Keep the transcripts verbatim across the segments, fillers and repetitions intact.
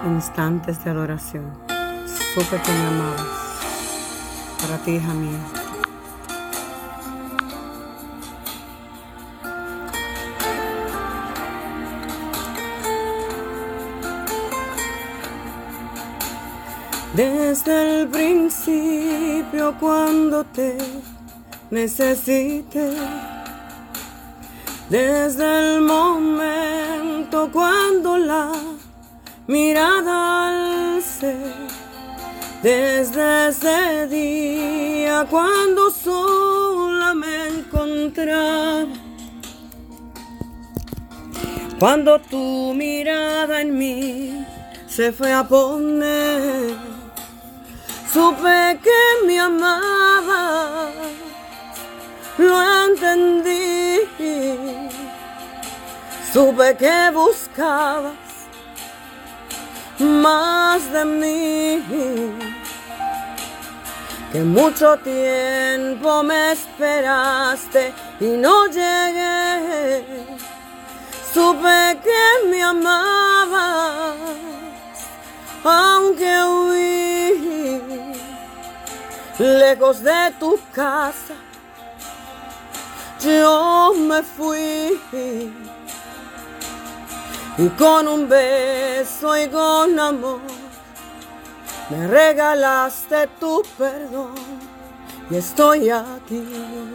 instantes de adoración. Supe que me amabas. Para ti, hija mía. Desde el principio, cuando te necesité, desde el momento cuando la mirada alcé, desde ese día cuando sola me encontraba, cuando tu mirada en mí se fue a poner, supe que me amabas, lo entendí, supe que buscabas más de mí, que mucho tiempo me esperaste y no llegué, supe que me amabas, aunque huí lejos de tu casa, yo me fui, y con un beso y con amor me regalaste tu perdón, y estoy aquí.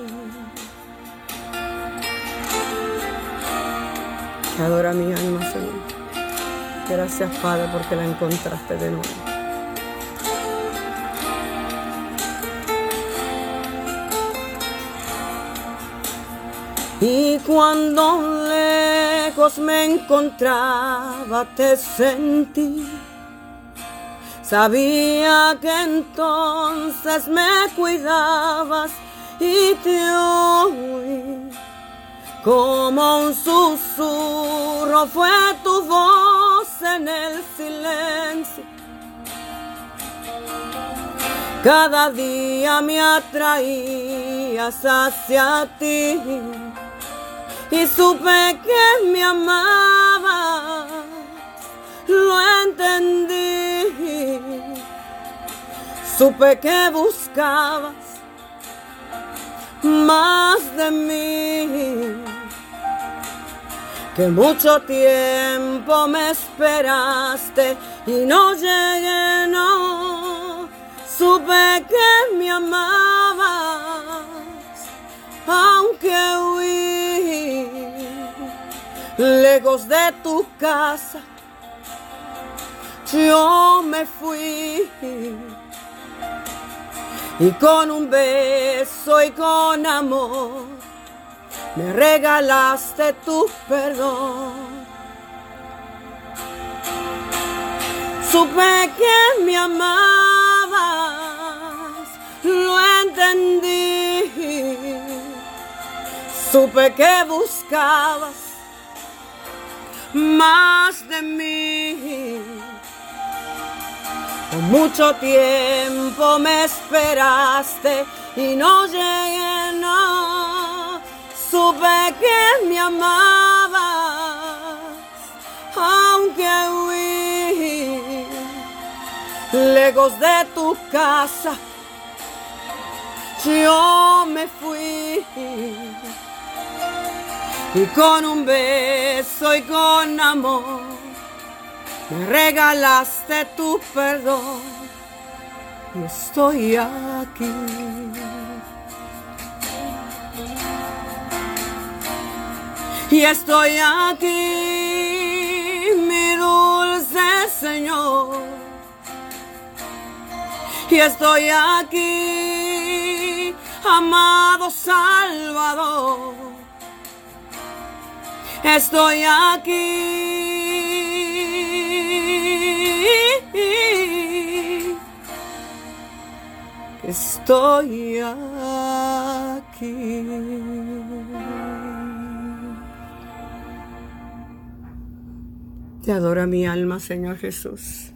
Te adora mi alma, Señor. Gracias, Padre, porque la encontraste de nuevo. Y cuando lejos me encontraba, te sentí. Sabía que entonces me cuidabas y te oí. Como un susurro fue tu voz en el silencio. Cada día me atraías hacia ti. Y supe que me amabas, lo entendí. Supe que buscabas más de mí, que mucho tiempo me esperaste y no llegué, no. Supe que me amabas, aunque huí lejos de tu casa, yo me fui, y con un beso y con amor me regalaste tu perdón. Supe que me amabas, lo entendí. Supe que buscabas más de mí. Por mucho tiempo me esperaste y no llegué, no. Supe que me amabas, aunque huí lejos de tu casa, yo me fui, y con un beso y con amor me regalaste tu perdón, y estoy aquí. Y estoy aquí, mi dulce Señor. Y estoy aquí, amado Salvador. Estoy aquí. Estoy aquí. Te adora mi alma, Señor Jesús.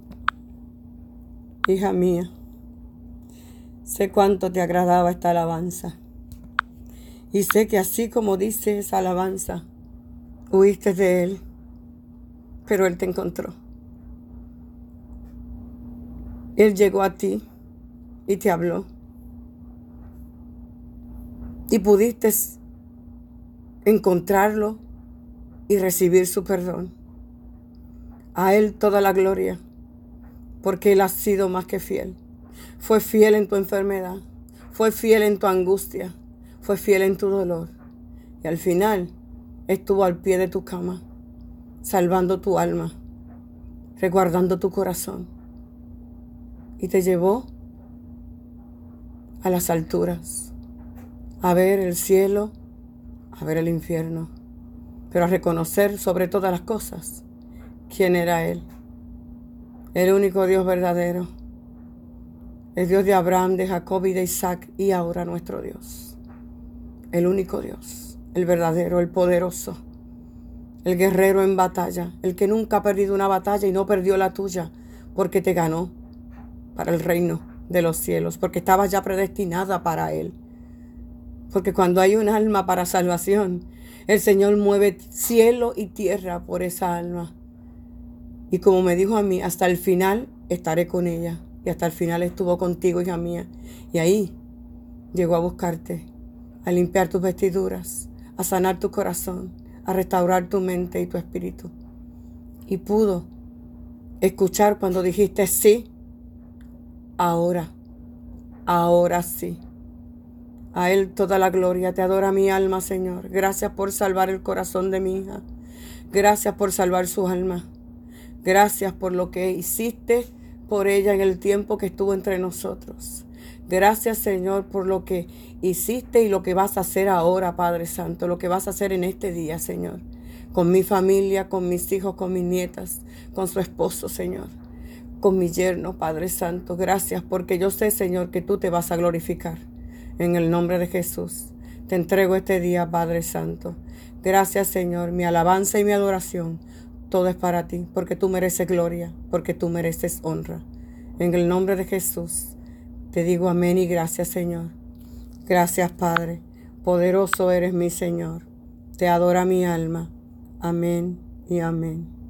Hija mía, sé cuánto te agradaba esta alabanza. Y sé que así como dice esa alabanza, huiste de Él, pero Él te encontró. Él llegó a ti y te habló. Y pudiste encontrarlo y recibir su perdón. A Él toda la gloria, porque Él ha sido más que fiel. Fue fiel en tu enfermedad, fue fiel en tu angustia, fue fiel en tu dolor. Y al final estuvo al pie de tu cama, salvando tu alma, resguardando tu corazón. Y te llevó a las alturas, a ver el cielo, a ver el infierno, pero a reconocer sobre todas las cosas quién era Él. El único Dios verdadero, el Dios de Abraham, de Jacob y de Isaac, y ahora nuestro Dios. El único Dios, el verdadero, el poderoso, el guerrero en batalla, el que nunca ha perdido una batalla y no perdió la tuya, porque te ganó para el reino de los cielos, porque estabas ya predestinada para Él. Porque cuando hay un alma para salvación, el Señor mueve cielo y tierra por esa alma. Y como me dijo a mí, hasta el final estaré con ella. Y hasta el final estuvo contigo, hija mía. Y ahí llegó a buscarte, a limpiar tus vestiduras, a sanar tu corazón, a restaurar tu mente y tu espíritu. Y pudo escuchar cuando dijiste sí, ahora, ahora sí. A Él toda la gloria. Te adora mi alma, Señor. Gracias por salvar el corazón de mi hija. Gracias por salvar su alma. Gracias por lo que hiciste por ella en el tiempo que estuvo entre nosotros. Gracias, Señor, por lo que hiciste y lo que vas a hacer ahora, Padre Santo. Lo que vas a hacer en este día, Señor. Con mi familia, con mis hijos, con mis nietas, con su esposo, Señor. Con mi yerno, Padre Santo. Gracias porque yo sé, Señor, que tú te vas a glorificar. En el nombre de Jesús, te entrego este día, Padre Santo. Gracias, Señor. Mi alabanza y mi adoración, todo es para ti, porque tú mereces gloria, porque tú mereces honra. En el nombre de Jesús, te digo amén y gracias, Señor. Gracias, Padre. Poderoso eres mi Señor. Te adora mi alma. Amén y amén.